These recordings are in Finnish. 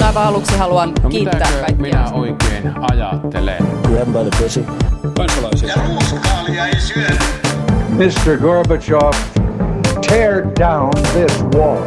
aivan aluksi haluan kiittää kaikkia. Minä oikein ajattelen? Grab by the pussy. Kansalaisia. Ja ruuskaalia ei syödä. Mr. Gorbachev, tear down this wall.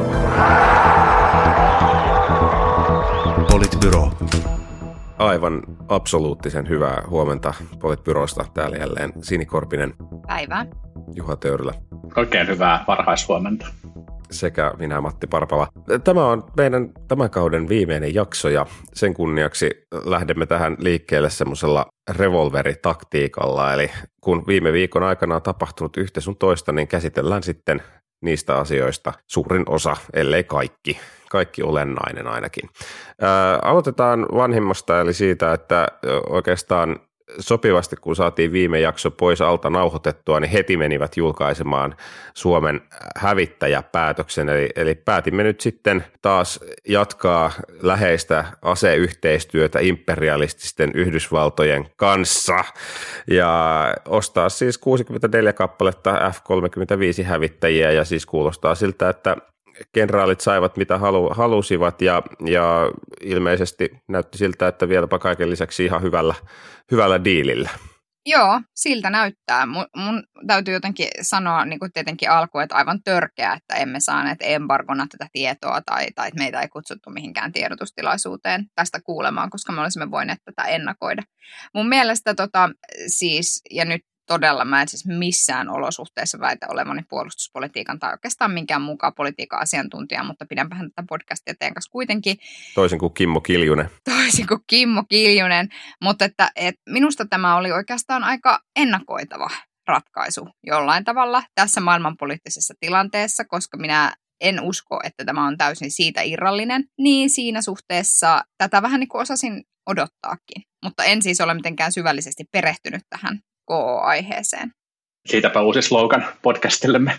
Politbyro. Aivan absoluuttisen hyvää huomenta Politbyrosta. Täällä jälleen Sini Korpinen. Päivää. Juha Töyrylä. Oikein hyvää varhaishuomenta. Sekä minä Matti Parpala. Tämä on meidän tämän kauden viimeinen jakso ja sen kunniaksi lähdemme tähän liikkeelle semmoisella revolveritaktiikalla. Eli kun viime viikon aikana on tapahtunut yhtä sun toista, niin käsitellään sitten niistä asioista suurin osa, ellei kaikki. Kaikki olennainen ainakin. Aloitetaan vanhimmasta, eli siitä, että oikeastaan sopivasti, kun saatiin viime jakso pois alta nauhoitettua, niin heti menivät julkaisemaan Suomen hävittäjäpäätöksen. Eli päätimme nyt sitten taas jatkaa läheistä aseyhteistyötä imperialististen Yhdysvaltojen kanssa ja ostaa siis 64 kappaletta F-35 hävittäjiä, ja siis kuulostaa siltä, että kenraalit saivat mitä halusivat ja ilmeisesti näytti siltä, että vieläpä kaiken lisäksi ihan hyvällä diilillä. Joo, siltä näyttää. Mun täytyy jotenkin sanoa niin kuin tietenkin alkuun, että aivan törkeää, että emme saaneet embargona tätä tietoa tai että meitä ei kutsuttu mihinkään tiedotustilaisuuteen tästä kuulemaan, koska me olisimme voineet tätä ennakoida. Mun mielestä siis, ja nyt todella mä en siis missään olosuhteessa väitä olevani puolustuspolitiikan tai oikeastaan minkään mukaan politiikan asiantuntija, mutta pidänpähän tätä podcastia teidän kanssa kuitenkin. Toisin kuin Kimmo Kiljunen. Mutta että minusta tämä oli oikeastaan aika ennakoitava ratkaisu jollain tavalla tässä maailmanpoliittisessa tilanteessa, koska minä en usko, että tämä on täysin siitä irrallinen, niin siinä suhteessa tätä vähän niin kuin osasin odottaakin, mutta en siis ole mitenkään syvällisesti perehtynyt tähän KO-aiheeseen. Siitäpä uusi slogan podcastillemme.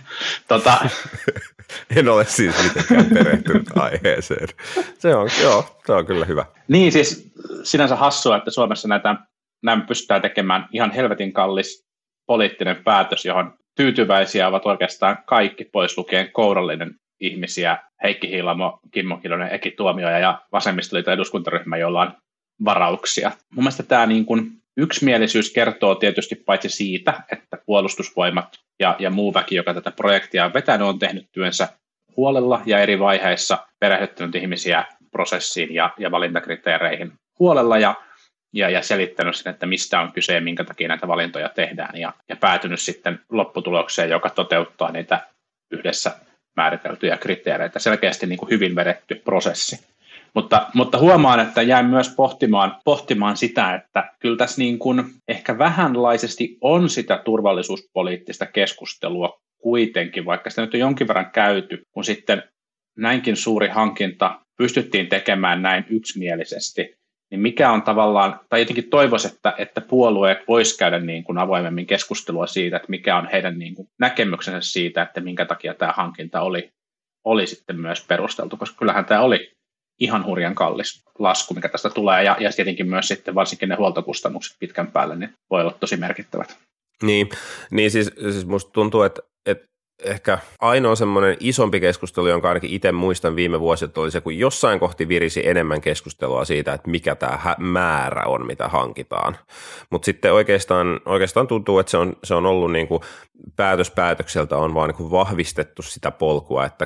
En ole siis mitenkään perehtynyt aiheeseen. Se on kyllä hyvä. Niin, siis sinänsä hassua, että Suomessa näin pystytään tekemään ihan helvetin kallis poliittinen päätös, johon tyytyväisiä ovat oikeastaan kaikki pois lukien kourallinen ihmisiä, Heikki Hiilamo, Kimmo Kiljunen, Eki Tuomioja ja Vasemmistoliiton eduskuntaryhmä, jolla on varauksia. Mun mielestä tämä niin kuin yksimielisyys kertoo tietysti paitsi siitä, että puolustusvoimat ja muu väki, joka tätä projektia on vetänyt, on tehnyt työnsä huolella ja eri vaiheissa perehdyttänyt ihmisiä prosessiin ja valintakriteereihin huolella ja selittänyt sen, että mistä on kyse ja minkä takia näitä valintoja tehdään ja päätynyt sitten lopputulokseen, joka toteuttaa niitä yhdessä määriteltyjä kriteereitä. Selkeästi niin kuin hyvin vedetty prosessi. Mutta huomaan, että jäin myös pohtimaan sitä, että kyllä tässä niin kuin ehkä vähänlaisesti on sitä turvallisuuspoliittista keskustelua kuitenkin, vaikka sitä nyt on jonkin verran käyty, kun sitten näinkin suuri hankinta pystyttiin tekemään näin yksimielisesti, niin mikä on tavallaan, tai jotenkin toivoisi, että puolueet vois käydä niin kuin avoimemmin keskustelua siitä, että mikä on heidän niin kuin näkemyksensä siitä, että minkä takia tämä hankinta oli sitten myös perusteltu, koska kyllähän tämä oli ihan hurjan kallis lasku, mikä tästä tulee, ja tietenkin myös sitten varsinkin ne huoltokustannukset pitkän päälle niin voi olla tosi merkittävät. Niin siis musta tuntuu, että ehkä ainoa semmoinen isompi keskustelu, jonka ainakin itse muistan viime vuosilta, oli se, kun jossain kohti virisi enemmän keskustelua siitä, että mikä tämä määrä on, mitä hankitaan. Mutta sitten oikeastaan tuntuu, että se on ollut niin kuin päätökseltä on vaan niin kuin vahvistettu sitä polkua, että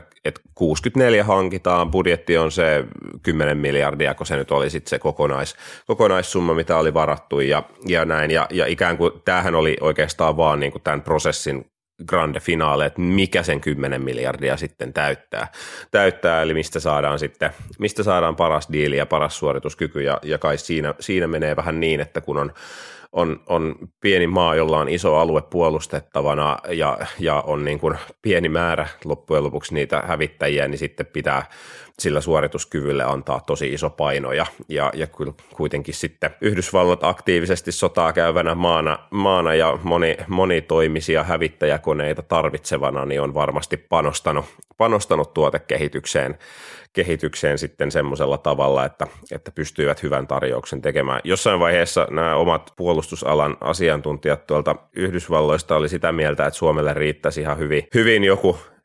64 hankitaan, budjetti on se 10 miljardia, kun se nyt oli sitten se kokonaissumma, mitä oli varattu ja näin. Ja ikään kuin tämähän oli oikeastaan vaan niin kuin tämän prosessin grande finale, että mikä sen 10 miljardia sitten täyttää, eli mistä saadaan paras diili ja paras suorituskyky, ja kai siinä menee vähän niin, että kun on pieni maa, jolla on iso alue puolustettavana ja on niin kuin pieni määrä loppujen lopuksi niitä hävittäjiä, niin sitten pitää sillä suorituskyvylle antaa tosi iso paino ja kyllä kuitenkin sitten Yhdysvallat aktiivisesti sotaa käyvänä maana ja monitoimisia hävittäjäkoneita tarvitsevana, niin on varmasti panostanut tuotekehitykseen sitten semmoisella tavalla, että pystyivät hyvän tarjouksen tekemään. Jossain vaiheessa nämä omat puolustusalan asiantuntijat tuolta Yhdysvalloista oli sitä mieltä, että Suomelle riittäisi ihan hyvin joku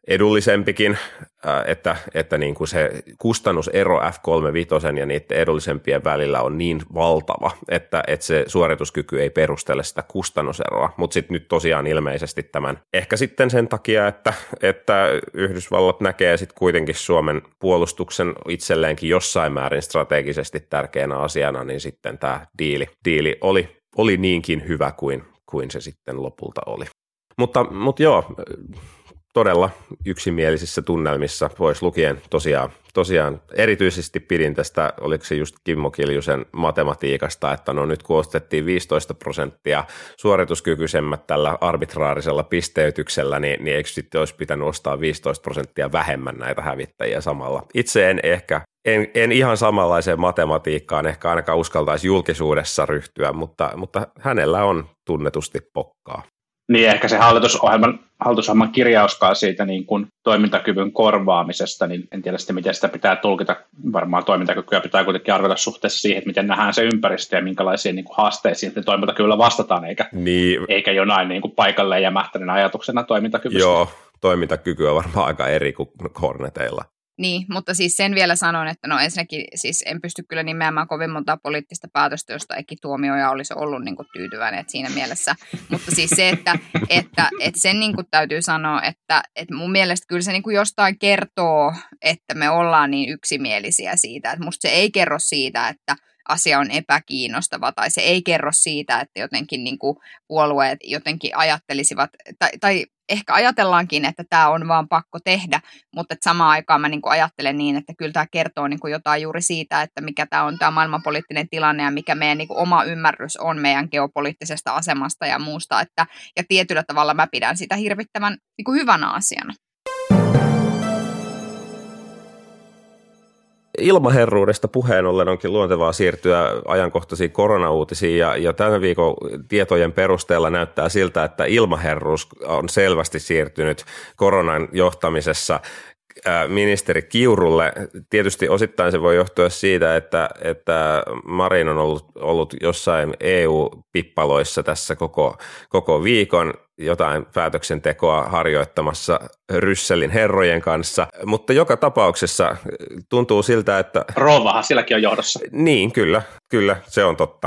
edullisempikin, että niin kuin se kustannusero F-35 ja niiden edullisempien välillä on niin valtava, että se suorituskyky ei perustele sitä kustannuseroa, mutta sitten nyt tosiaan ilmeisesti tämän, ehkä sitten sen takia, että Yhdysvallat näkee sitten kuitenkin Suomen puolustuksen itselleenkin jossain määrin strategisesti tärkeänä asiana, niin sitten tämä diili oli niinkin hyvä kuin se sitten lopulta oli. Mutta joo, todella yksimielisissä tunnelmissa pois lukien tosiaan erityisesti pidin tästä, oliko se just Kimmo Kiljusen matematiikasta, että no nyt kun ostettiin 15% suorituskykyisemmät tällä arbitraarisella pisteytyksellä, niin eikö sitten olisi pitänyt ostaa 15% vähemmän näitä hävittäjiä samalla. Itse en ihan samanlaiseen matematiikkaan ehkä ainakaan uskaltaisi julkisuudessa ryhtyä, mutta hänellä on tunnetusti pokkaa. Niin ehkä se hallitusohjelman kirjauskaan siitä niin kuin toimintakyvyn korvaamisesta, niin en tiedä sitten, miten sitä pitää tulkita. Varmaan toimintakykyä pitää kuitenkin arvioida suhteessa siihen, että miten nähdään se ympäristö ja minkälaisiin niin kuin haasteisiin toimintakyvyllä vastataan, eikä jonain niin kuin paikalleen jämähtäneenä ajatuksena toimintakyvystä. Joo, toimintakyky on varmaan aika eri kuin Horneteilla. Niin, mutta siis sen vielä sanon, että no ensinnäkin siis en pysty kyllä nimeämään kovin montaa poliittista päätöstä, josta Eki Tuomioja olisi ollut niin kuin tyytyväinen, että siinä mielessä. Mutta siis se, että sen niin kuin täytyy sanoa, että mun mielestä kyllä se niin kuin jostain kertoo, että me ollaan niin yksimielisiä siitä. Että musta se ei kerro siitä, että asia on epäkiinnostava tai se ei kerro siitä, että jotenkin niin kuin puolueet jotenkin ajattelisivat tai ehkä ajatellaankin, että tämä on vaan pakko tehdä, mutta samaan aikaan mä niin kuin ajattelen niin, että kyllä tämä kertoo niin kuin jotain juuri siitä, että mikä tämä on tämä maailmanpoliittinen tilanne ja mikä meidän niin kuin oma ymmärrys on meidän geopoliittisesta asemasta ja muusta, ja tietyllä tavalla mä pidän sitä hirvittävän niin kuin hyvänä asiana. Ilmaherruudesta puheen ollen onkin luontevaa siirtyä ajankohtaisiin koronauutisiin ja tämän viikon tietojen perusteella näyttää siltä, että ilmaherruus on selvästi siirtynyt koronan johtamisessa ministeri Kiurulle. Tietysti osittain se voi johtua siitä, että Marin on ollut jossain EU-pippaloissa tässä koko viikon jotain päätöksentekoa harjoittamassa Rysselin herrojen kanssa, mutta joka tapauksessa tuntuu siltä, että... Rouvahan silläkin on johdossa. Niin, kyllä, se on totta.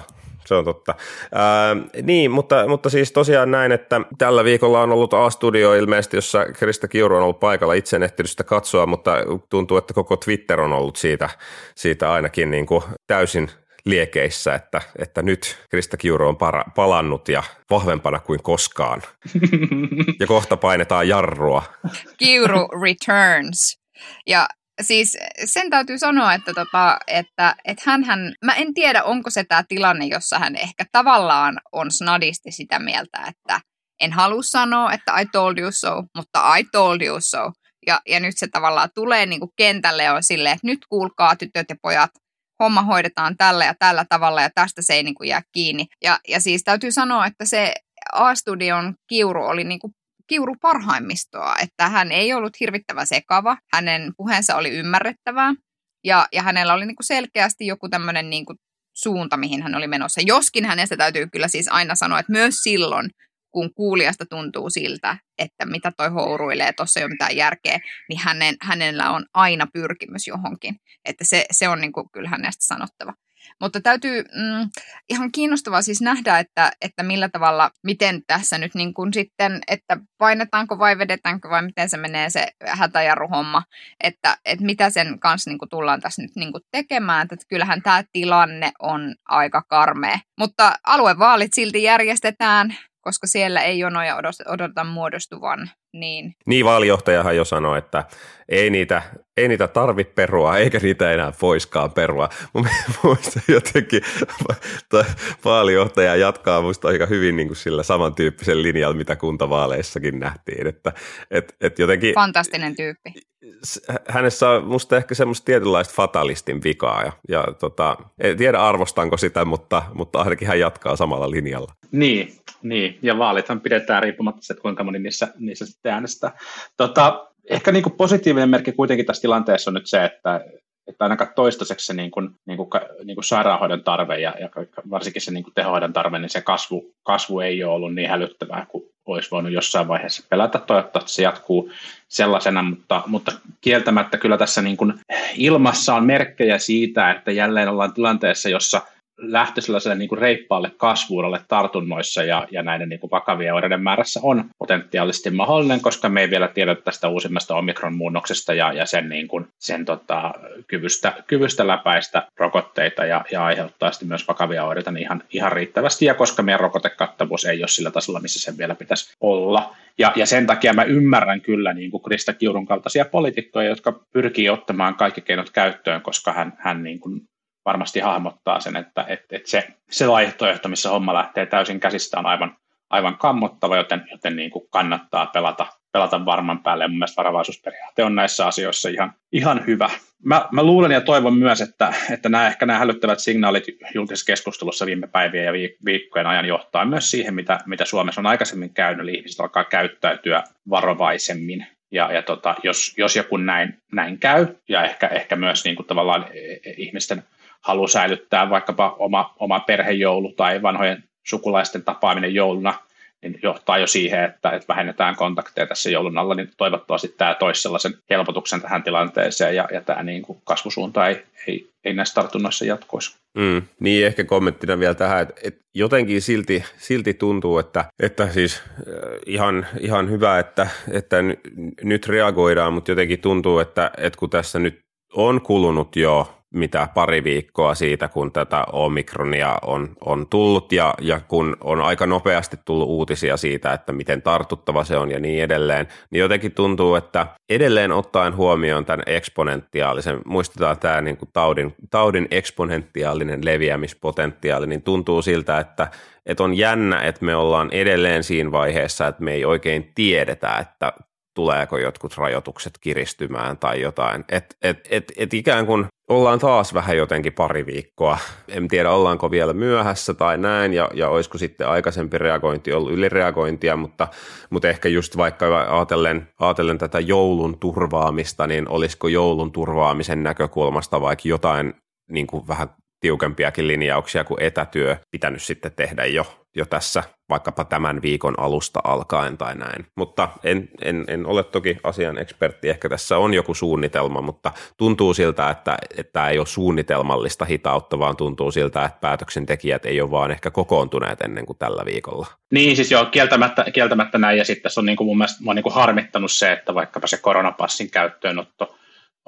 Niin, mutta siis tosiaan näin, että tällä viikolla on ollut A-studio ilmeisesti, jossa Krista Kiuru on ollut paikalla. Itse en ehtinyt sitä katsoa, mutta tuntuu, että koko Twitter on ollut siitä ainakin niin kuin täysin liekeissä, että nyt Krista Kiuru on palannut ja vahvempana kuin koskaan. Ja kohta painetaan jarrua. Kiuru returns. Ja siis sen täytyy sanoa, että hänhän, mä en tiedä, onko se tämä tilanne, jossa hän ehkä tavallaan on snadisti sitä mieltä, että en halua sanoa, että I told you so, mutta I told you so. Ja nyt se tavallaan tulee niin kuin kentälle on silleen, että nyt kuulkaa tytöt ja pojat, homma hoidetaan tällä ja tällä tavalla ja tästä se ei niin kuin jää kiinni. Ja siis täytyy sanoa, että se A-studion Kiuru oli niin kuin Kiuru parhaimmistoa, että hän ei ollut hirvittävän sekava, hänen puheensa oli ymmärrettävää ja hänellä oli niin kuin selkeästi joku tämmöinen niin kuin suunta, mihin hän oli menossa. Joskin hänestä täytyy kyllä siis aina sanoa, että myös silloin, kun kuulijasta tuntuu siltä, että mitä toi houruilee, tuossa ei ole mitään järkeä, niin hänellä on aina pyrkimys johonkin. Että se on niin kuin kyllä hänestä sanottava. Mutta täytyy ihan kiinnostavaa siis nähdä, että millä tavalla, miten tässä nyt niin kuin sitten, että painetaanko vai vedetäänkö vai miten se menee se hätäjarruhomma, että mitä sen kanssa niin kuin tullaan tässä nyt niin kuin tekemään, että kyllähän tämä tilanne on aika karmea. Mutta aluevaalit silti järjestetään, koska siellä ei jonoja odoteta muodostuvan. Niin, vaalijohtajahan jo sanoi, että ei niitä tarvitse perua, eikä niitä enää voiskaan perua. Muista jotenkin vaalijohtaja jatkaa musta aika hyvin niin kuin sillä samantyyppisen linjalla, mitä kuntavaaleissakin nähtiin. Että jotenkin, fantastinen tyyppi. Hänessä on musta ehkä semmoista tietynlaista fatalistin vikaa. En tiedä arvostanko sitä, mutta ainakin hän jatkaa samalla linjalla. Niin, ja vaalithan pidetään riippumatta siitä, kuinka moni niissä sitten äänestää. Ehkä niin kuin positiivinen merkki kuitenkin tässä tilanteessa on nyt se, että että ainakaan toistaiseksi se niin kuin sairaanhoidon tarve ja varsinkin se niin kuin tehohoidon tarve, niin se kasvu ei ole ollut niin hälyttävää kuin olisi voinut jossain vaiheessa pelätä. Toivottavasti se jatkuu sellaisena, mutta kieltämättä kyllä tässä niin kuin ilmassa on merkkejä siitä, että jälleen ollaan tilanteessa, jossa lähtö sellaiselle niin kuin reippaalle kasvuudelle tartunnoissa ja näiden niin kuin vakavien oireiden määrässä on potentiaalisesti mahdollinen, koska me ei vielä tiedä tästä uusimmasta omikron-muunnoksesta ja sen kyvystä läpäistä rokotteita ja aiheuttaa sitten myös vakavia oireita niin ihan riittävästi, ja koska meidän rokotekattavuus ei ole sillä tasolla, missä sen vielä pitäisi olla. Ja sen takia mä ymmärrän kyllä niin kuin Krista Kiurun kaltaisia poliitikkoja, jotka pyrkii ottamaan kaikki keinot käyttöön, koska hän niin kuin varmasti hahmottaa sen, että se vaihtoehto, missä homma lähtee täysin käsistä, on aivan kammottava, joten niin kuin kannattaa pelata varman päälle. Ja mun mielestä varovaisuusperiaate on näissä asioissa ihan hyvä. Mä luulen ja toivon myös, että nämä hälyttävät signaalit julkisessa keskustelussa viime päivien ja viikkojen ajan johtaa myös siihen, mitä Suomessa on aikaisemmin käynyt, eli ihmiset alkaa käyttäytyä varovaisemmin. Ja jos joku näin käy, ja ehkä myös niin kuin tavallaan ihmisten halu säilyttää vaikkapa oma perhejoulu tai vanhojen sukulaisten tapaaminen jouluna, niin johtaa jo siihen, että vähennetään kontakteja tässä joulun alla, niin toivottavasti tämä toisi sellaisen helpotuksen tähän tilanteeseen, ja tämä niin kuin kasvusuunta ei näissä tartunnoissa jatkuisi. Niin, ehkä kommenttina vielä tähän, että jotenkin silti tuntuu, että siis ihan hyvä, että nyt reagoidaan, mutta jotenkin tuntuu, että kun tässä nyt on kulunut jo pari viikkoa siitä, kun tätä omikronia on tullut ja kun on aika nopeasti tullut uutisia siitä, että miten tartuttava se on ja niin edelleen, niin jotenkin tuntuu, että edelleen ottaen huomioon tämän eksponentiaalisen, muistetaan tämä niin kuin taudin eksponentiaalinen leviämispotentiaali, niin tuntuu siltä, että on jännä, että me ollaan edelleen siinä vaiheessa, että me ei oikein tiedetä, että tuleeko jotkut rajoitukset kiristymään tai jotain. Et ikään kuin ollaan taas vähän jotenkin pari viikkoa. En tiedä, ollaanko vielä myöhässä tai näin, ja olisiko sitten aikaisempi reagointi ollut ylireagointia, mutta ehkä just vaikka ajatellen tätä joulun turvaamista, niin olisiko joulun turvaamisen näkökulmasta vaikka jotain niin kuin vähän tiukempiakin linjauksia kuin etätyö pitänyt sitten tehdä jo tässä vaikkapa tämän viikon alusta alkaen tai näin. Mutta en ole toki asian ekspertti, ehkä tässä on joku suunnitelma, mutta tuntuu siltä, että tämä ei ole suunnitelmallista hitautta, vaan tuntuu siltä, että päätöksentekijät ei ole vaan ehkä kokoontuneet ennen kuin tällä viikolla. Niin, siis joo, kieltämättä näin, ja sitten tässä on niin kuin mun mielestä niin kuin harmittanut se, että vaikkapa se koronapassin käyttöönotto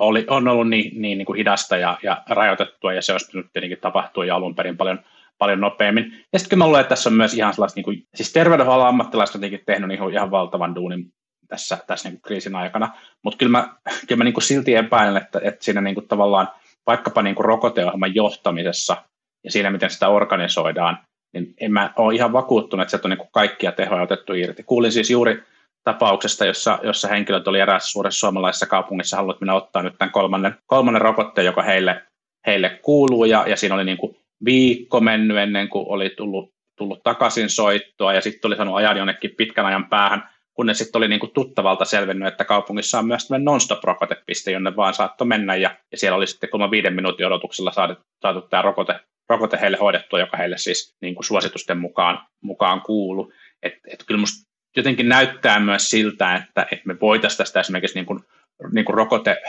on ollut niin kuin hidasta ja rajoitettua, ja se olisi pitänyt tietenkin tapahtua jo alun perin paljon nopeammin. Ja sitten kyllä mä luulen, että tässä on myös ihan sellaista, niin kuin, siis terveydenhuollon ammattilaiset on tietenkin tehnyt ihan valtavan duunin tässä niin kuin kriisin aikana, mutta kyllä mä niin kuin silti epäilen, että siinä niin kuin tavallaan vaikkapa niin kuin rokoteohjelman johtamisessa ja siinä, miten sitä organisoidaan, niin en mä ole ihan vakuuttunut, että sieltä on niin kuin kaikkia tehoja otettu irti. Kuulin siis juuri tapauksesta, jossa henkilöt oli eräässä suuressa suomalaisessa kaupungissa halunnut minä ottaa nyt tämän kolmannen rokotteen, joka heille kuuluu, ja siinä oli niin kuin viikko mennyt ennen kuin oli tullut takaisin soittoa, ja sitten oli saanut ajan jonnekin pitkän ajan päähän, kunnes sitten oli niin kuin tuttavalta selvinnyt, että kaupungissa on myös non-stop-rokotepiste, jonne vaan saattoi mennä, ja siellä oli sitten 5 minuutin odotuksella saatu tämä rokote heille hoidettua, joka heille siis niin kuin suositusten mukaan kuului. Et kyllä musta jotenkin näyttää myös siltä, että me voitaisiin tästä esimerkiksi niin kuin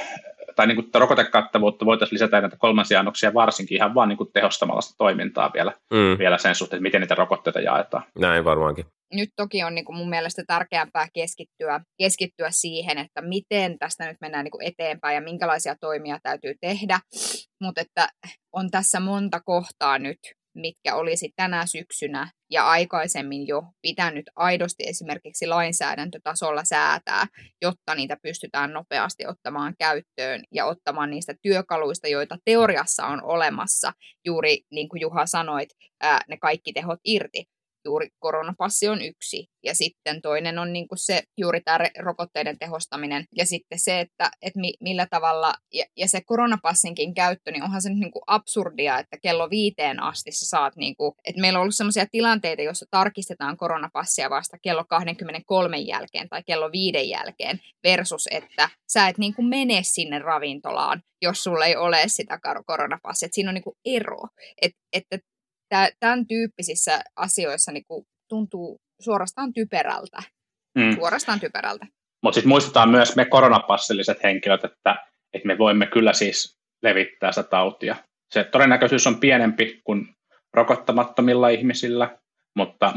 rokotekattavuutta voitaisiin lisätä näitä kolmansia annoksia varsinkin ihan vaan niin kuin tehostamalla sitä toimintaa vielä sen suhteen, että miten niitä rokotteita jaetaan. Näin varmaankin. Nyt toki on niin kuin mun mielestä tärkeämpää keskittyä siihen, että miten tästä nyt mennään niin kuin eteenpäin ja minkälaisia toimia täytyy tehdä, mutta että on tässä monta kohtaa nyt, mitkä olisi tänä syksynä ja aikaisemmin jo pitänyt aidosti esimerkiksi lainsäädäntötasolla säätää, jotta niitä pystytään nopeasti ottamaan käyttöön ja ottamaan niistä työkaluista, joita teoriassa on olemassa, juuri niin kuin Juha sanoit, ne kaikki tehot irti. juuri koronapassi on yksi. Ja sitten toinen on niin kuin se juuri tämä rokotteiden tehostaminen. Ja sitten se, että millä tavalla, ja se koronapassinkin käyttö, niin onhan se nyt niin kuin absurdia, että kello 5 asti sä saat, niin kuin, että meillä on ollut sellaisia tilanteita, joissa tarkistetaan koronapassia vasta kello 23 jälkeen tai kello 5 jälkeen, versus että sä et niin kuin mene sinne ravintolaan, jos sulla ei ole sitä koronapassia. Että siinä on niin kuin ero. Että tämän tyyppisissä asioissa niin kuin tuntuu suorastaan typerältä. Suorastaan typerältä. Mutta sitten muistetaan myös me koronapassilliset henkilöt, että me voimme kyllä siis levittää sitä tautia. Se todennäköisyys on pienempi kuin rokottamattomilla ihmisillä, mutta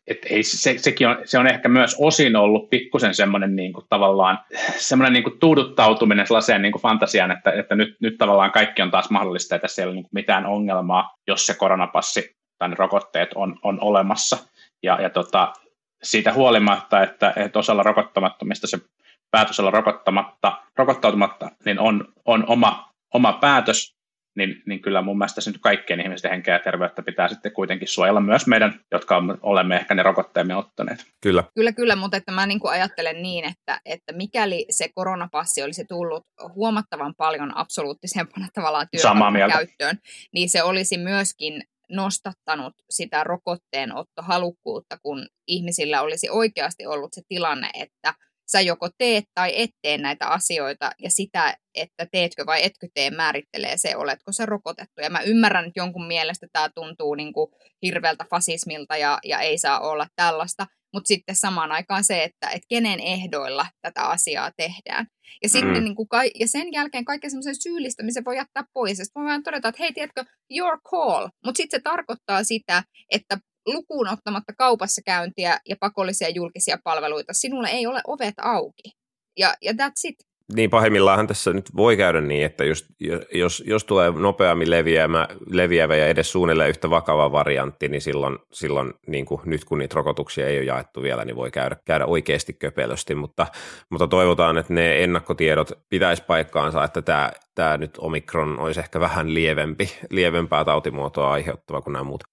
se on ehkä myös osin ollut pikkusen semmoinen niinku tavallaan semmoinen niinku tuuduttautuminen sellaiseen niinku fantasiaan, että nyt tavallaan kaikki on taas mahdollista, että siellä ei ole niinku mitään ongelmaa, jos se koronapassi tai ne rokotteet on olemassa. Ja siitä huolimatta, että osalla rokottamattomista se päätös olla rokottautumatta niin on oma päätös, niin kyllä mun mielestä se nyt kaikkien ihmisten henkeä ja terveyttä pitää sitten kuitenkin suojella myös meidän, jotka olemme ehkä ne rokotteemme ottaneet. Kyllä, mutta että mä niin kuin ajattelen niin, että mikäli se koronapassi olisi tullut huomattavan paljon absoluuttisempana tavallaan työkalun käyttöön, niin se olisi myöskin nostattanut sitä rokotteen-ottohalukkuutta, kun ihmisillä olisi oikeasti ollut se tilanne, että sä joko teet tai et tee näitä asioita, ja sitä, että teetkö vai etkö tee, määrittelee se, oletko sä rokotettu. Ja mä ymmärrän, että jonkun mielestä tämä tuntuu niin kuin hirveältä fasismilta ja ei saa olla tällaista, mutta sitten samaan aikaan se, että kenen ehdoilla tätä asiaa tehdään. Ja sitten niin kuin ja sen jälkeen kaiken semmoisen syyllistämisen voi jättää pois. Ja sitten voidaan todeta, että hei, tiedätkö, your call. Mutta sitten se tarkoittaa sitä, että lukuun ottamatta kaupassa käyntiä ja pakollisia julkisia palveluita, sinulle ei ole ovet auki. Ja that's it. Niin pahimmillaan tässä nyt voi käydä niin, että jos tulee nopeammin leviävä ja edes suunnilleen yhtä vakava variantti, niin silloin niin kuin nyt kun niitä rokotuksia ei ole jaettu vielä, niin voi käydä oikeasti köpelösti, mutta toivotaan, että ne ennakkotiedot pitäisi paikkaansa, että tämä nyt Omikron olisi ehkä vähän lievempää tautimuotoa aiheuttava kuin nämä muut.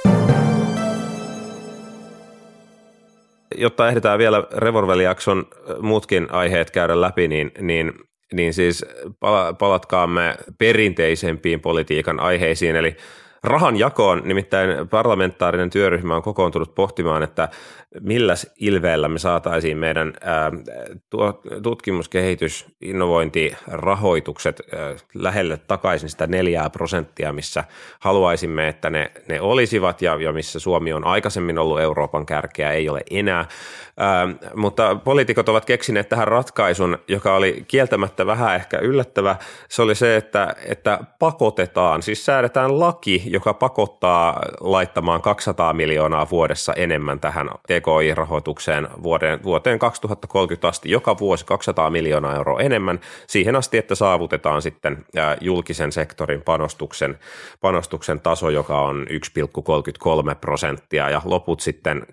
Jotta ehditään vielä Revolveri-jakson muutkin aiheet käydä läpi, niin siis palatkaamme perinteisempiin politiikan aiheisiin, eli rahan jakoon. Nimittäin parlamentaarinen työryhmä on kokoontunut pohtimaan, että milläs ilveellä me saataisiin meidän tutkimus-, kehitys-, innovointirahoitukset lähelle takaisin sitä 4%, missä haluaisimme, että ne olisivat ja missä Suomi on aikaisemmin ollut Euroopan kärkeä, ei ole enää. Mutta poliitikot ovat keksineet tähän ratkaisun, joka oli kieltämättä vähän ehkä yllättävä. Se oli se, että pakotetaan, siis säädetään laki, joka pakottaa laittamaan 200 miljoonaa vuodessa enemmän tähän TKI-rahoitukseen vuoteen 2030 asti, joka vuosi 200 miljoonaa euroa enemmän, siihen asti, että saavutetaan sitten julkisen sektorin panostuksen taso, joka on 1,33% ja loput sitten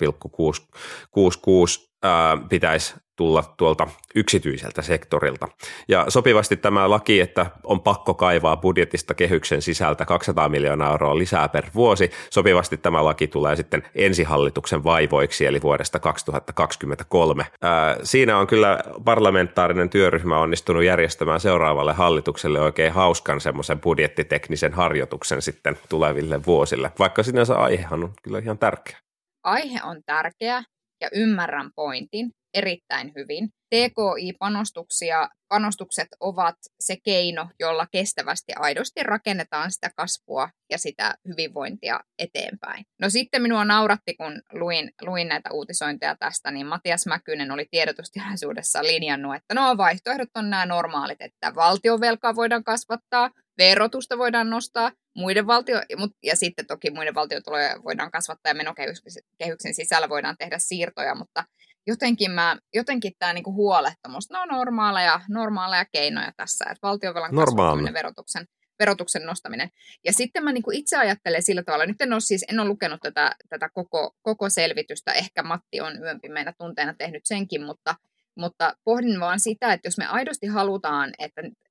2,66 pitäisi tulla tuolta yksityiseltä sektorilta. Ja sopivasti tämä laki, että on pakko kaivaa budjetista kehyksen sisältä 200 miljoonaa euroa lisää per vuosi, sopivasti tämä laki tulee sitten ensihallituksen vaivoiksi, eli vuodesta 2023. Siinä on kyllä parlamentaarinen työryhmä onnistunut järjestämään seuraavalle hallitukselle oikein hauskan semmoisen budjettiteknisen harjoituksen sitten tuleville vuosille, vaikka sinänsä aihehan on kyllä ihan tärkeä. Aihe on tärkeä ja ymmärrän pointin erittäin hyvin. TKI-panostukset ovat se keino, jolla kestävästi aidosti rakennetaan sitä kasvua ja sitä hyvinvointia eteenpäin. No sitten minua nauratti, kun luin näitä uutisointeja tästä, niin Matias Mäkynen oli tiedotustilaisuudessa linjannut, että vaihtoehdot on nämä normaalit, että valtionvelkaa voidaan kasvattaa, verotusta voidaan nostaa, ja sitten toki muiden valtiotuloja voidaan kasvattaa ja menokehyksen sisällä voidaan tehdä siirtoja, mutta jotenkin tämä niinku huolettomuus, normaaleja keinoja tässä, että valtionvelan kasvattaminen, verotuksen nostaminen. Ja sitten mä niinku itse ajattelen sillä tavalla, nyt en ole lukenut tätä koko selvitystä, ehkä Matti on yön pimeinä tunteina tehnyt senkin, mutta pohdin vaan sitä, että jos me aidosti halutaan, että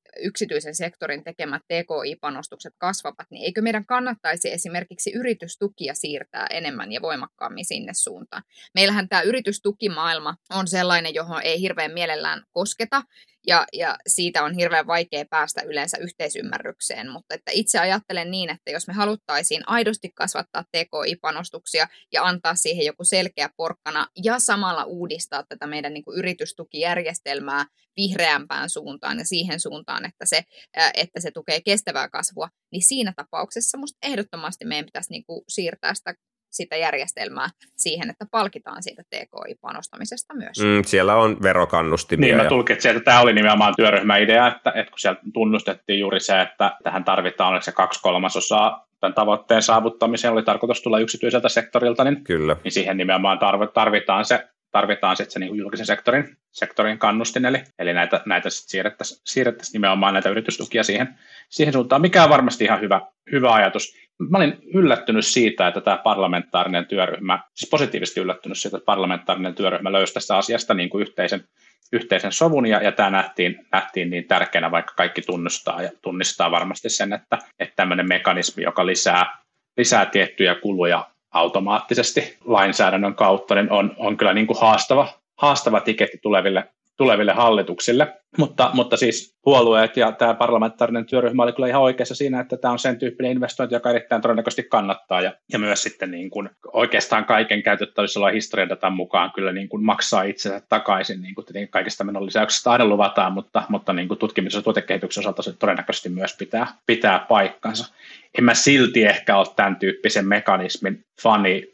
yksityisen sektorin tekemät TKI-panostukset kasvavat, niin eikö meidän kannattaisi esimerkiksi yritystukia siirtää enemmän ja voimakkaammin sinne suuntaan? Meillähän tämä yritystukimaailma on sellainen, johon ei hirveän mielellään kosketa, ja siitä on hirveän vaikea päästä yleensä yhteisymmärrykseen, mutta että itse ajattelen niin, että jos me haluttaisiin aidosti kasvattaa TKI-panostuksia ja antaa siihen joku selkeä porkkana ja samalla uudistaa tätä meidän niin kuin yritystukijärjestelmää vihreämpään suuntaan ja siihen suuntaan, että se tukee kestävää kasvua, niin siinä tapauksessa musta ehdottomasti meidän pitäisi niin kuin siirtää sitä järjestelmää siihen, että palkitaan siitä TKI-panostamisesta myös. Siellä on verokannustimia. Niin, mä tulkitsin, että tämä oli nimenomaan työryhmäidea, että kun siellä tunnustettiin juuri se, että tähän tarvitaan, oliko se 2/3 tämän tavoitteen saavuttamiseen, oli tarkoitus tulla yksityiseltä sektorilta, niin, Kyllä. niin siihen nimenomaan tarvitaan sitten se niin kuin julkisen sektorin kannustin, eli näitä siirrettäisiin nimenomaan näitä yritystukia siihen suuntaan, mikä on varmasti ihan hyvä ajatus. Mä olin yllättynyt siitä, että tämä parlamentaarinen työryhmä, siis positiivisesti yllättynyt siitä, että parlamentaarinen työryhmä löysi tästä asiasta niin kuin yhteisen sovun, ja tämä nähtiin niin tärkeänä, vaikka kaikki tunnistaa varmasti sen, että tämmöinen mekanismi, joka lisää tiettyjä kuluja automaattisesti lainsäädännön kautta, niin on kyllä niin kuin haastava tiketti tuleville hallituksille, mutta siis puolueet ja tämä parlamentaarinen työryhmä oli kyllä ihan oikeassa siinä, että tämä on sen tyyppinen investointi, joka erittäin todennäköisesti kannattaa ja myös sitten niin kuin oikeastaan kaiken käytettävissä olevan historiadatan mukaan kyllä niin kuin maksaa itsensä takaisin, niin kuin tietenkin kaikista menonlisäyksistä aina luvataan, mutta niin kuin tutkimuksen ja tuotekehityksen osalta se todennäköisesti myös pitää paikkansa. En mä silti ehkä ole tämän tyyppisen mekanismin fani,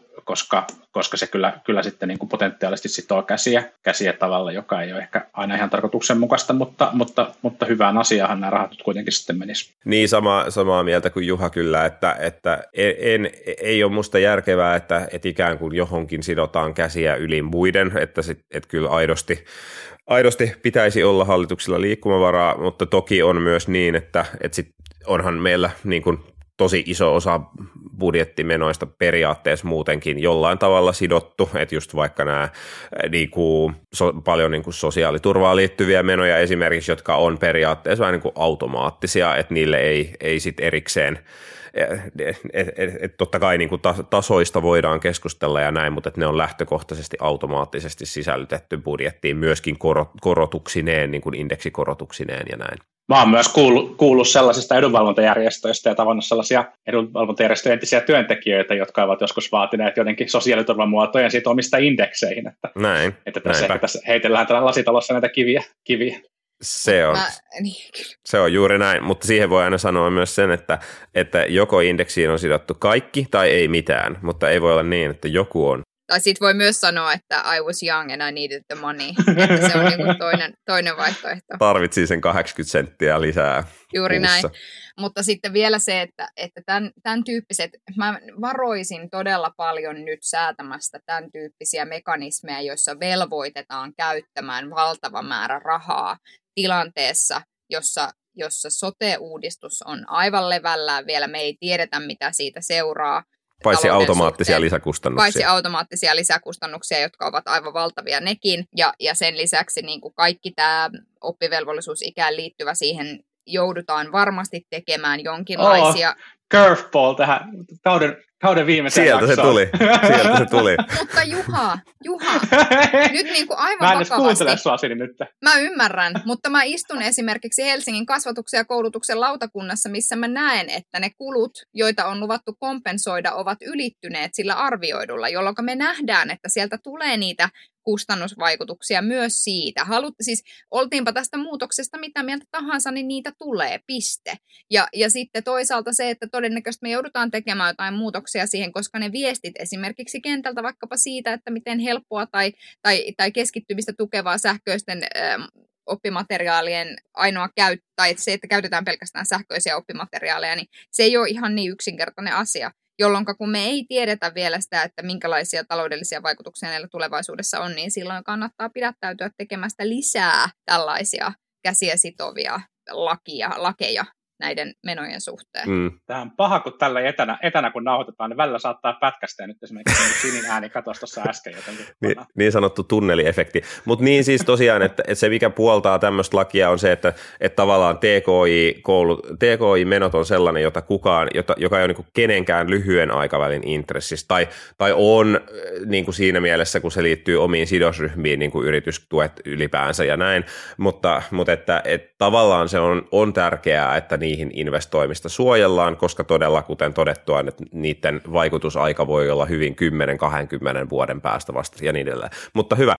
koska se kyllä sitten niin kuin potentiaalisesti sitoo käsiä tavalla, joka ei ole ehkä aina ihan tarkoituksenmukaista, mutta hyvään asiaan nämä rahat kuitenkin sitten menisi. Niin, samaa mieltä kuin Juha kyllä, että ei ole musta järkevää, että ikään kuin johonkin sidotaan käsiä yli muiden, että kyllä aidosti pitäisi olla hallituksilla liikkumavaraa, mutta toki on myös niin, että sit onhan meillä niin kuin tosi iso osa budjettimenoista periaatteessa muutenkin jollain tavalla sidottu, että just vaikka nämä paljon niin kuin sosiaaliturvaan liittyviä menoja esimerkiksi, jotka on periaatteessa vähän niin kuin automaattisia, että niille ei sit erikseen, että totta kai niin kuin tasoista voidaan keskustella ja näin, mutta että ne on lähtökohtaisesti automaattisesti sisällytetty budjettiin myöskin korotuksineen, niin kuin indeksikorotuksineen ja näin. Mä oon myös kuullut sellaisista edunvalvontajärjestöistä ja tavannut sellaisia edunvalvontajärjestöjen entisiä työntekijöitä, jotka ovat joskus vaatineet jotenkin sosiaaliturvamuotojen sitomista indekseihin. Että tässä heitellään täällä lasitalossa näitä kiviä. Se on juuri näin, mutta siihen voi aina sanoa myös sen, että joko indeksiin on sidottu kaikki tai ei mitään, mutta ei voi olla niin, että joku on. Tai sitten voi myös sanoa, että I was young and I needed the money. Että se on niin kuin toinen vaihtoehto. Tarvitsi sen 80 senttiä lisää juuri kuussa. Näin. Mutta sitten vielä se, että tämän tyyppiset, mä varoisin todella paljon nyt säätämästä tämän tyyppisiä mekanismeja, joissa velvoitetaan käyttämään valtava määrä rahaa tilanteessa, jossa sote-uudistus on aivan levällään vielä. Me ei tiedetä, mitä siitä seuraa. Paitsi automaattisia lisäkustannuksia, jotka ovat aivan valtavia nekin. Ja sen lisäksi niin kuin kaikki tämä oppivelvollisuusikään liittyvä siihen joudutaan varmasti tekemään jonkinlaisia... Curveball tähän kauden viimeiseen Sieltä se tuli. Mutta Juha, nyt niin kuin aivan mä en vakavasti. kuuntele sua Sini nyt. Mä ymmärrän, mutta mä istun esimerkiksi Helsingin kasvatuksen ja koulutuksen lautakunnassa, missä mä näen, että ne kulut, joita on luvattu kompensoida, ovat ylittyneet sillä arvioidulla, jolloin me nähdään, että sieltä tulee niitä kustannusvaikutuksia myös siitä. Siis oltiinpa tästä muutoksesta mitä mieltä tahansa, niin niitä tulee, piste. Ja sitten toisaalta se, että todennäköisesti me joudutaan tekemään jotain muutoksia siihen, koska ne viestit esimerkiksi kentältä vaikkapa siitä, että miten helppoa tai keskittymistä tukevaa sähköisten oppimateriaalien ainoa tai se, että käytetään pelkästään sähköisiä oppimateriaaleja, niin se ei ole ihan niin yksinkertainen asia. Jolloin kun me ei tiedetä vielä sitä, että minkälaisia taloudellisia vaikutuksia näillä tulevaisuudessa on, niin silloin kannattaa pidättäytyä tekemästä lisää tällaisia käsiä sitovia lakeja. näiden menojen suhteen. Tämä on paha, kun tällä etänä kun nauhoitetaan, niin välillä saattaa pätkästä, ja nyt esimerkiksi Sinin ääni katosi tuossa äsken jotenkin. Niin sanottu tunneliefekti. Mutta niin siis tosiaan, että se mikä puoltaa tämmöistä lakia on se, että tavallaan TKI-menot on sellainen, joka ei ole niin kenenkään lyhyen aikavälin intressissä, tai on niin kuin siinä mielessä, kun se liittyy omiin sidosryhmiin, niin kuin yritystuet ylipäänsä ja näin, mutta että tavallaan se on tärkeää, että niihin investoimista suojellaan, koska todella, kuten todettua, että niiden vaikutusaika voi olla hyvin 10-20 vuoden päästä vasta ja niin edelleen. Mutta hyvä.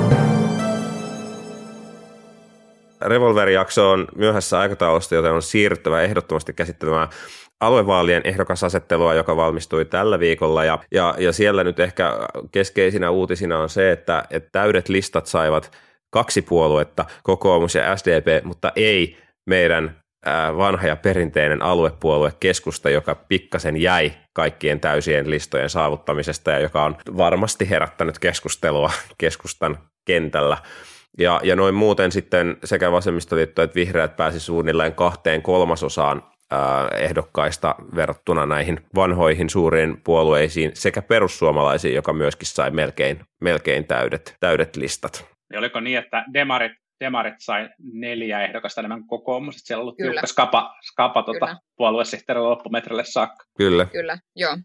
Revolver-jakso on myöhässä aikataulusta, joten on siirryttävä ehdottomasti käsittelemään aluevaalien ehdokasasettelua, joka valmistui tällä viikolla, ja siellä nyt ehkä keskeisinä uutisina on se, että täydet listat saivat 2 puoluetta, kokoomus ja SDP, mutta ei meidän vanha ja perinteinen aluepuolue Keskusta, joka pikkasen jäi kaikkien täysien listojen saavuttamisesta ja joka on varmasti herättänyt keskustelua keskustan kentällä. Ja noin muuten sitten sekä vasemmistoliitto että vihreät pääsi suunnilleen 2/3 ehdokkaista verrattuna näihin vanhoihin suuriin puolueisiin sekä perussuomalaisiin, joka myöskin sai melkein täydet listat. Ja oliko niin, että Demarit sai 4 ehdokasta enemmän kokoomus, että siellä on ollut tiukka skapa puoluesihteerillä loppumetrille saakka. Kyllä, joo.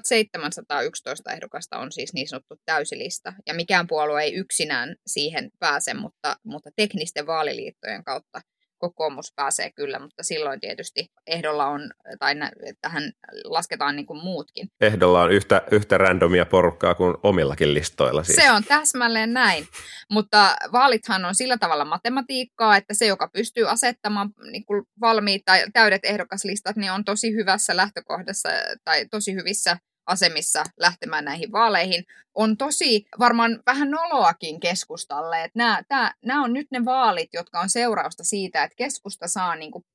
1711 ehdokasta on siis niin sanottu täysilista, ja mikään puolue ei yksinään siihen pääse, mutta teknisten vaaliliittojen kautta kokoomus pääsee kyllä, mutta silloin tietysti ehdolla on, tai tähän lasketaan niin kuin muutkin. Ehdolla on yhtä randomia porukkaa kuin omillakin listoilla. Siis. Se on täsmälleen näin, mutta vaalithan on sillä tavalla matematiikkaa, että se, joka pystyy asettamaan niin kuin valmiit tai täydet ehdokaslistat, niin on tosi hyvässä lähtökohdassa tai tosi hyvissä asemissa lähtemään näihin vaaleihin. On tosi varmaan vähän noloakin Keskustalle, että nämä on nyt ne vaalit, jotka on seurausta siitä, että Keskusta saa niin kuin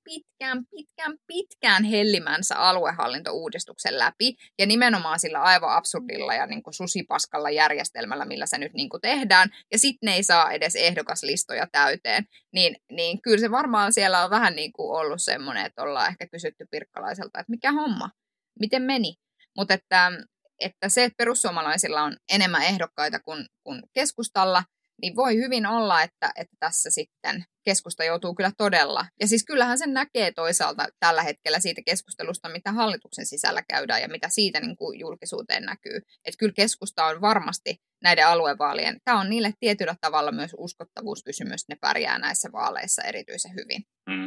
pitkään hellimänsä aluehallintouudistuksen läpi, ja nimenomaan sillä aivan absurdilla ja niin kuin susipaskalla järjestelmällä, millä se nyt niin kuin tehdään, ja sitten ne ei saa edes ehdokaslistoja täyteen, niin kyllä se varmaan siellä on vähän niin kuin ollut semmoinen, että ollaan ehkä kysytty Pirkkalaiselta, että mikä homma, miten meni. Mutta että se, että perussuomalaisilla on enemmän ehdokkaita kuin Keskustalla, niin voi hyvin olla, että tässä sitten Keskusta joutuu kyllä todella. Ja siis kyllähän sen näkee toisaalta tällä hetkellä siitä keskustelusta, mitä hallituksen sisällä käydään ja mitä siitä niin kuin julkisuuteen näkyy. Että kyllä Keskusta on varmasti näiden aluevaalien, tämä on niille tietyllä tavalla myös uskottavuuskysymys, ne pärjää näissä vaaleissa erityisen hyvin.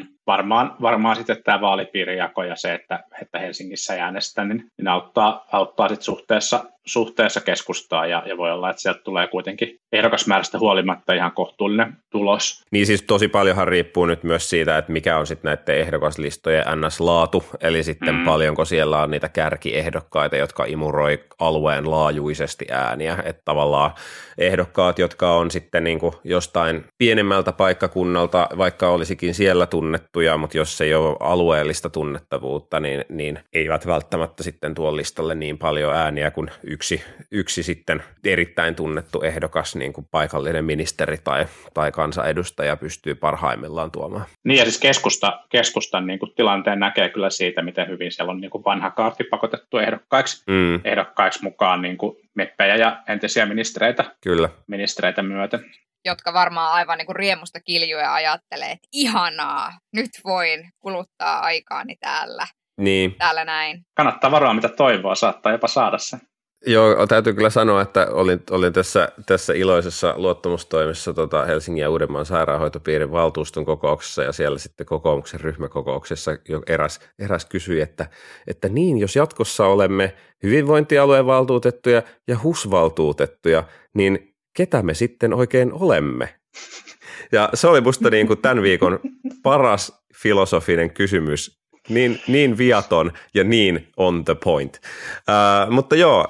Varmaan sitten tämä vaalipiirijako ja se, että Helsingissä ei äänestä, niin auttaa sitten suhteessa Keskustaa ja voi olla, että sieltä tulee kuitenkin ehdokasmäärästä huolimatta ihan kohtuullinen tulos. Niin siis tosi paljonhan riippuu nyt myös siitä, että mikä on sitten näiden ehdokaslistojen NS-laatu, eli sitten paljonko siellä on niitä kärkiehdokkaita, jotka imuroi alueen laajuisesti ääniä, että tavallaan ehdokkaat, jotka on sitten niin kuin jostain pienemmältä paikkakunnalta, vaikka olisikin siellä tunnettuja, mutta jos ei ole alueellista tunnettavuutta, niin eivät välttämättä sitten tuo listalle niin paljon ääniä kuin yksi sitten erittäin tunnettu ehdokas, niin kuin paikallinen ministeri tai kansanedustaja pystyy parhaimmillaan tuomaan. Niin ja siis keskustan niin kuin tilanteen näkee kyllä siitä, miten hyvin siellä on niin kuin vanha kaarti pakotettu ehdokkaiksi mukaan niin kuin meppejä ja entisiä ministereitä myöten. Jotka varmaan aivan niin kuin riemusta kiljuen ajattelee, että ihanaa, nyt voin kuluttaa aikaani täällä. Niin. Täällä näin. Kannattaa varoa, mitä toivoa, saattaa jopa saada sen. Joo, täytyy kyllä sanoa, että olin tässä iloisessa luottamustoimessa Helsingin ja Uudenmaan sairaanhoitopiirin valtuuston kokouksessa, ja siellä sitten kokoomuksen ryhmäkokouksessa jo eräs kysyi, että niin, jos jatkossa olemme hyvinvointialueen valtuutettuja ja HUS-valtuutettuja, niin ketä me sitten oikein olemme? Ja se oli musta niin kuin tämän viikon paras filosofinen kysymys. Niin viaton ja niin on the point. Mutta joo,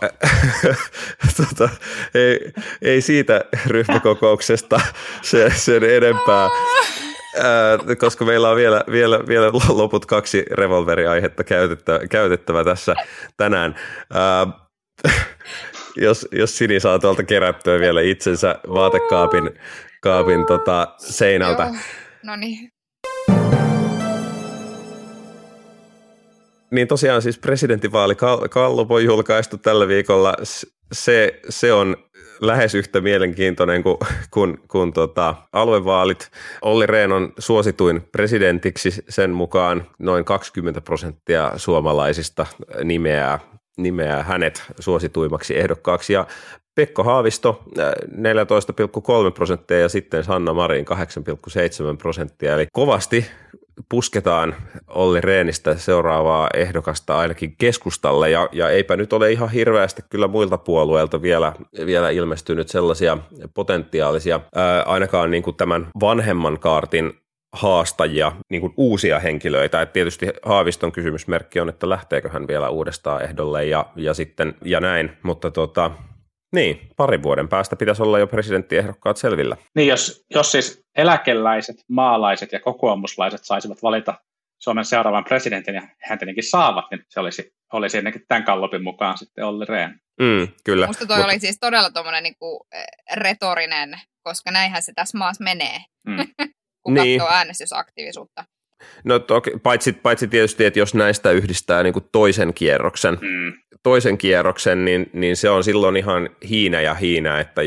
ei siitä ryhmäkokouksesta sen enempää, koska meillä on vielä loput 2 revolveriaihetta käytettävä tässä tänään. Jos Sini saa tuolta kerättyä vielä itsensä vaatekaapin seinältä. No niin. Niin tosiaan siis presidentinvaalikallup on julkaistu tällä viikolla. Se on lähes yhtä mielenkiintoinen kuin aluevaalit. Olli Rehn on suosituin presidentiksi, sen mukaan noin 20% suomalaisista nimeää hänet suosituimmaksi ehdokkaaksi, ja Pekka Haavisto 14,3% ja sitten Sanna Marin 8,7%, eli kovasti pusketaan Olli Rehnistä seuraavaa ehdokasta ainakin keskustalle, ja eipä nyt ole ihan hirveästi kyllä muilta puolueilta vielä ilmestynyt sellaisia potentiaalisia, ainakaan niin kuin tämän vanhemman kaartin haastajia, niin kuin uusia henkilöitä. Et tietysti Haaviston kysymysmerkki on, että lähteekö hän vielä uudestaan ehdolle ja näin, mutta niin, parin vuoden päästä pitäisi olla jo presidenttiehdokkaat selvillä. Niin, jos siis eläkeläiset, maalaiset ja kokoomuslaiset saisivat valita Suomen seuraavan presidentin ja hän tietenkin saavat, niin se olisi ennenkin tämän gallupin mukaan sitten Olli Rehn. Kyllä. Musta toi oli siis todella tommoinen niinku retorinen, koska näinhän se tässä maassa menee, kun katsoo äänestysaktiivisuutta. No toki, paitsi tietysti, että jos näistä yhdistää niin kuin toisen kierroksen, niin se on silloin ihan hiinä, että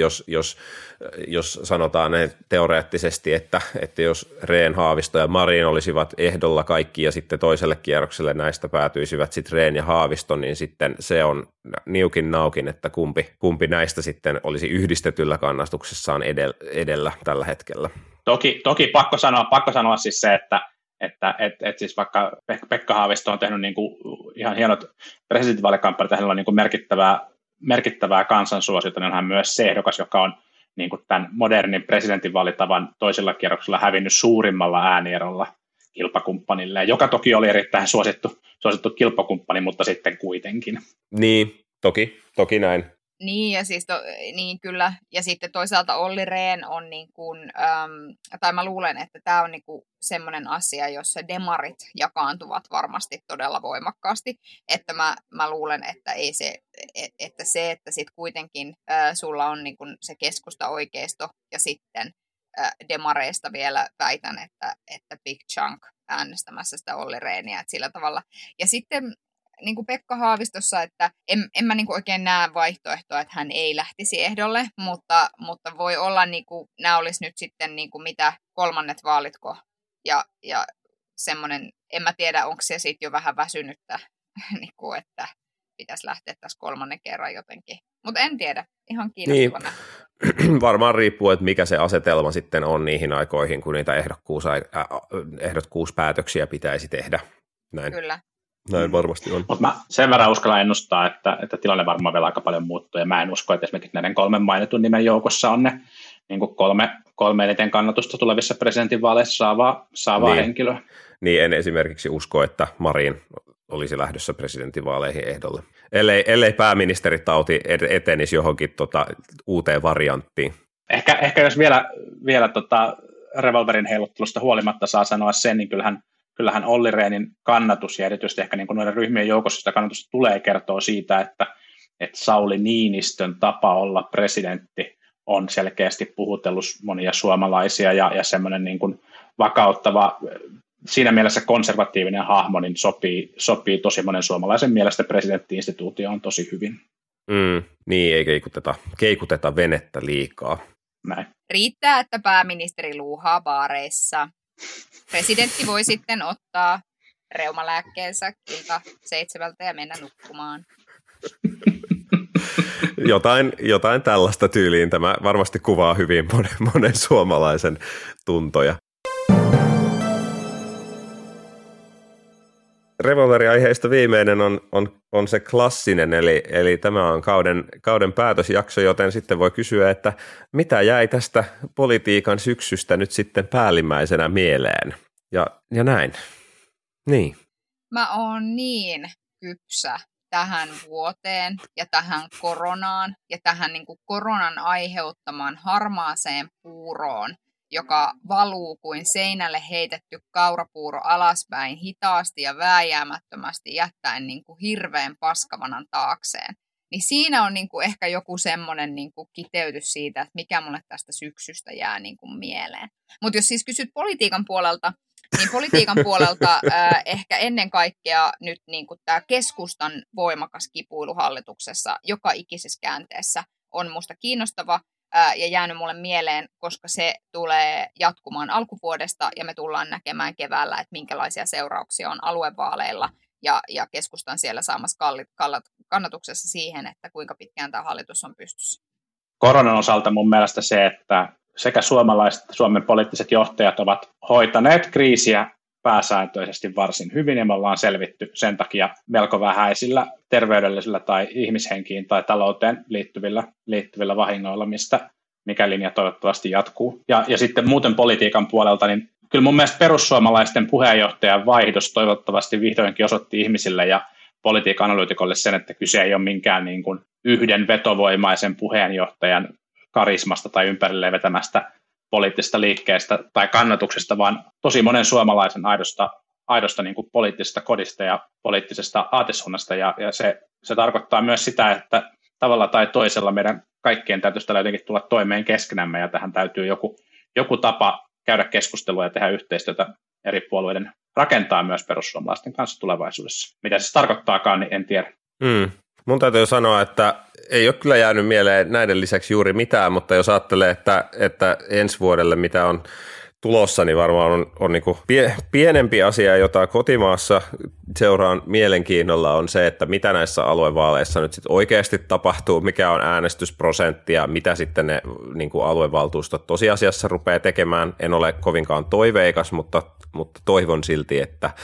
jos sanotaan teoreettisesti, että jos Rehn, Haavisto ja Marin olisivat ehdolla kaikki ja sitten toiselle kierrokselle näistä päätyisivät sitten Rehn ja Haavisto, niin sitten se on niukin naukin, että kumpi näistä sitten olisi yhdistetyllä kannatuksessaan edellä tällä hetkellä. Toki pakko sanoa siis se, että siis vaikka Pekka Haavisto on tehnyt niin kuin ihan hienot presidentinvaalikampanjat, hänellä on niin kuin merkittävää kansansuosiota, niin on hän myös se ehdokas, joka on niin kuin tämän modernin presidentinvaalitavan toisella kierroksella hävinnyt suurimmalla äänierolla kilpakumppanille, joka toki oli erittäin suosittu kilpakumppani, mutta sitten kuitenkin. Niin, toki näin. Niin, ja siis niin kyllä. Ja sitten toisaalta Olli Rehn on niin kuin, tai mä luulen, että tämä on niin kuin semmoinen asia, jossa demarit jakaantuvat varmasti todella voimakkaasti. Että mä luulen, että että sit kuitenkin sulla on niin kuin se keskusta oikeisto ja sitten demareista vielä väitän, että big chunk äänestämässä sitä Olli Rehniä, että sillä tavalla. Ja sitten niin kuin Pekka Haavistossa, että en mä niin kuin oikein näe vaihtoehtoa, että hän ei lähtisi ehdolle, mutta voi olla, niin kuin, nämä olisi nyt sitten niin kuin mitä kolmannet vaalitko, ja semmoinen, en mä tiedä, onko se sitten jo vähän väsynyttä, niin kuin, että pitäisi lähteä tässä kolmannen kerran jotenkin. Mutta en tiedä, ihan kiinnostavana. Niin. Varmaan riippuu, että mikä se asetelma sitten on niihin aikoihin, kun niitä ehdokkuuspäätöksiä pitäisi tehdä. Näin. Kyllä. Näin varmasti on. Mutta mä sen verran uskallan ennustaa, että tilanne varmaan vielä aika paljon muuttuu, ja mä en usko, että esimerkiksi näiden 3 mainitun nimen joukossa on ne niin kuin kolme eniten kannatusta tulevissa presidentinvaaleissa saavaa henkilöä. Niin, en esimerkiksi usko, että Marin olisi lähdössä presidentinvaaleihin ehdolle, ellei pääministeritauti etenisi johonkin uuteen varianttiin. Ehkä jos vielä revolverin heiluttelusta huolimatta saa sanoa sen, niin kyllähän Olli Rehnin kannatus ja erityisesti ehkä niin kuin noiden ryhmien joukossa sitä kannatusta tulee kertoa siitä, että Sauli Niinistön tapa olla presidentti on selkeästi puhutellut monia suomalaisia ja semmoinen niin kuin vakauttava, siinä mielessä konservatiivinen hahmo, niin sopii tosi monen suomalaisen mielestä presidentti-instituutioon tosi hyvin. Niin, ei keikuteta venettä liikaa. Näin. Riittää, että pääministeri luuhaa baareissa. Presidentti voi sitten ottaa reumalääkkeensä 7 ja mennä nukkumaan. Jotain tällaista tyyliin. Tämä varmasti kuvaa hyvin monen suomalaisen tuntoja. Revolveri-aiheista viimeinen on se klassinen, eli tämä on kauden päätösjakso, joten sitten voi kysyä, että mitä jäi tästä politiikan syksystä nyt sitten päällimmäisenä mieleen? Ja näin. Niin. Mä oon niin kypsä tähän vuoteen ja tähän koronaan ja tähän niin kuin koronan aiheuttamaan harmaaseen puuroon, joka valuu kuin seinälle heitetty kaurapuuro alaspäin hitaasti ja vääjäämättömästi jättäen niin kuin hirveän paskavanan taakseen. Niin siinä on niin kuin ehkä joku semmoinen niin kuin kiteytys siitä, että mikä mulle tästä syksystä jää niin kuin mieleen. Mutta jos siis kysyt politiikan puolelta, niin politiikan puolelta ehkä ennen kaikkea nyt niin kuin tämä keskustan voimakas kipuilu hallituksessa joka ikisessä käänteessä on musta kiinnostava ja jäänyt mulle mieleen, koska se tulee jatkumaan alkuvuodesta ja me tullaan näkemään keväällä, että minkälaisia seurauksia on aluevaaleilla ja keskustan siellä saamassa kannatuksessa siihen, että kuinka pitkään tämä hallitus on pystyssä. Koronan osalta mun mielestä se, että sekä suomalaiset että Suomen poliittiset johtajat ovat hoitaneet kriisiä pääsääntöisesti varsin hyvin, ja me ollaan selvitty sen takia melko vähäisillä terveydellisillä tai ihmishenkiin tai talouteen liittyvillä vahingoilla, mikä linja toivottavasti jatkuu. Ja sitten muuten politiikan puolelta, niin kyllä mun mielestä perussuomalaisten puheenjohtajan vaihdos toivottavasti vihdoinkin osoitti ihmisille ja politiikan analyytikolle sen, että kyse ei ole minkään niin kuin yhden vetovoimaisen puheenjohtajan karismasta tai ympärilleen vetämästä poliittisesta liikkeestä tai kannatuksesta, vaan tosi monen suomalaisen aidosta niin kuin poliittisesta kodista ja poliittisesta aatesuunnasta. Ja se tarkoittaa myös sitä, että tavalla tai toisella meidän kaikkien täytyisi tällä jotenkin tulla toimeen keskenämme, ja tähän täytyy joku tapa käydä keskustelua ja tehdä yhteistyötä eri puolueiden rakentaa myös perussuomalaisten kanssa tulevaisuudessa. Mitä se tarkoittaakaan, niin en tiedä. Mun täytyy sanoa, että ei ole kyllä jäänyt mieleen näiden lisäksi juuri mitään, mutta jos ajattelee, että ensi vuodelle mitä on tulossa, niin varmaan on niin kuin pienempi asia, jota kotimaassa seuraan mielenkiinnolla, on se, että mitä näissä aluevaaleissa nyt sitten oikeasti tapahtuu, mikä on äänestysprosentti ja mitä sitten ne niin kuin aluevaltuustot tosiasiassa rupeaa tekemään. En ole kovinkaan toiveikas, mutta toivon silti,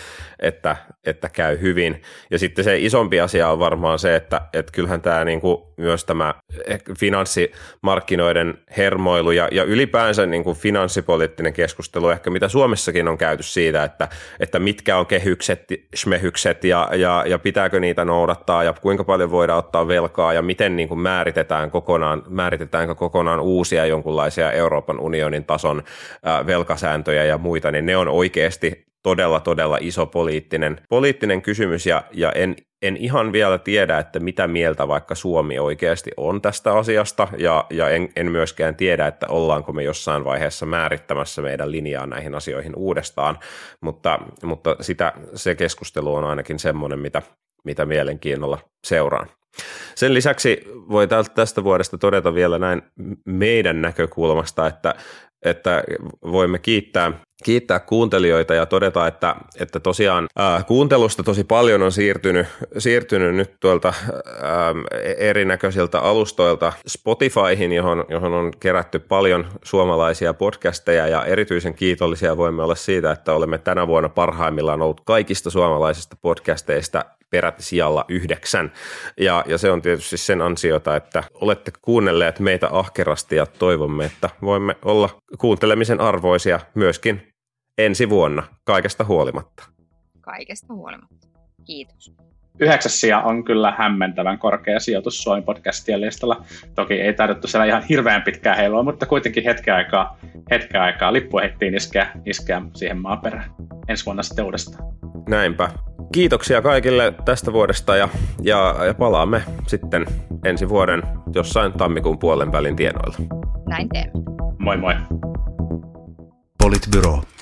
että käy hyvin. Ja sitten se isompi asia on varmaan se, että kyllähän tämä niin kuin myös tämä finanssimarkkinoiden hermoilu ja ylipäänsä niin kuin finanssipoliittinen keskustelu, ehkä mitä Suomessakin on käyty siitä, että mitkä on kehykset, schmehykset ja pitääkö niitä noudattaa ja kuinka paljon voidaan ottaa velkaa ja miten niin kuin määritetäänkö kokonaan uusia jonkunlaisia Euroopan unionin tason velkasääntöjä ja muita, niin ne on oikeasti todella iso poliittinen kysymys ja en ihan vielä tiedä, että mitä mieltä vaikka Suomi oikeasti on tästä asiasta ja en myöskään tiedä, että ollaanko me jossain vaiheessa määrittämässä meidän linjaa näihin asioihin uudestaan, mutta se keskustelu on ainakin semmoinen, mitä mielenkiinnolla seuraan. Sen lisäksi voi tästä vuodesta todeta vielä näin meidän näkökulmasta, että voimme kiittää kuuntelijoita ja todeta, että tosiaan kuuntelusta tosi paljon on siirtynyt nyt tuolta erinäköisiltä alustoilta Spotifyhin, johon on kerätty paljon suomalaisia podcasteja, ja erityisen kiitollisia voimme olla siitä, että olemme tänä vuonna parhaimmillaan ollut kaikista suomalaisista podcasteista peräti sijalla 9. Ja se on tietysti sen ansiota, että olette kuunnelleet meitä ahkerasti ja toivomme, että voimme olla kuuntelemisen arvoisia myöskin ensi vuonna kaikesta huolimatta. Kaikesta huolimatta. Kiitos. 9. sija on kyllä hämmentävän korkea sijoitus Suomi-podcastien listalla. Toki ei taidettu siellä ihan hirveän pitkään heilua, mutta kuitenkin hetken aikaa lippua heittiin iskeä siihen maaperään. Ensi vuonna sitten uudestaan. Näinpä. Kiitoksia kaikille tästä vuodesta ja palaamme sitten ensi vuoden jossain tammikuun puolen välin tienoilla. Näin teemme. Moi moi. Politbyro.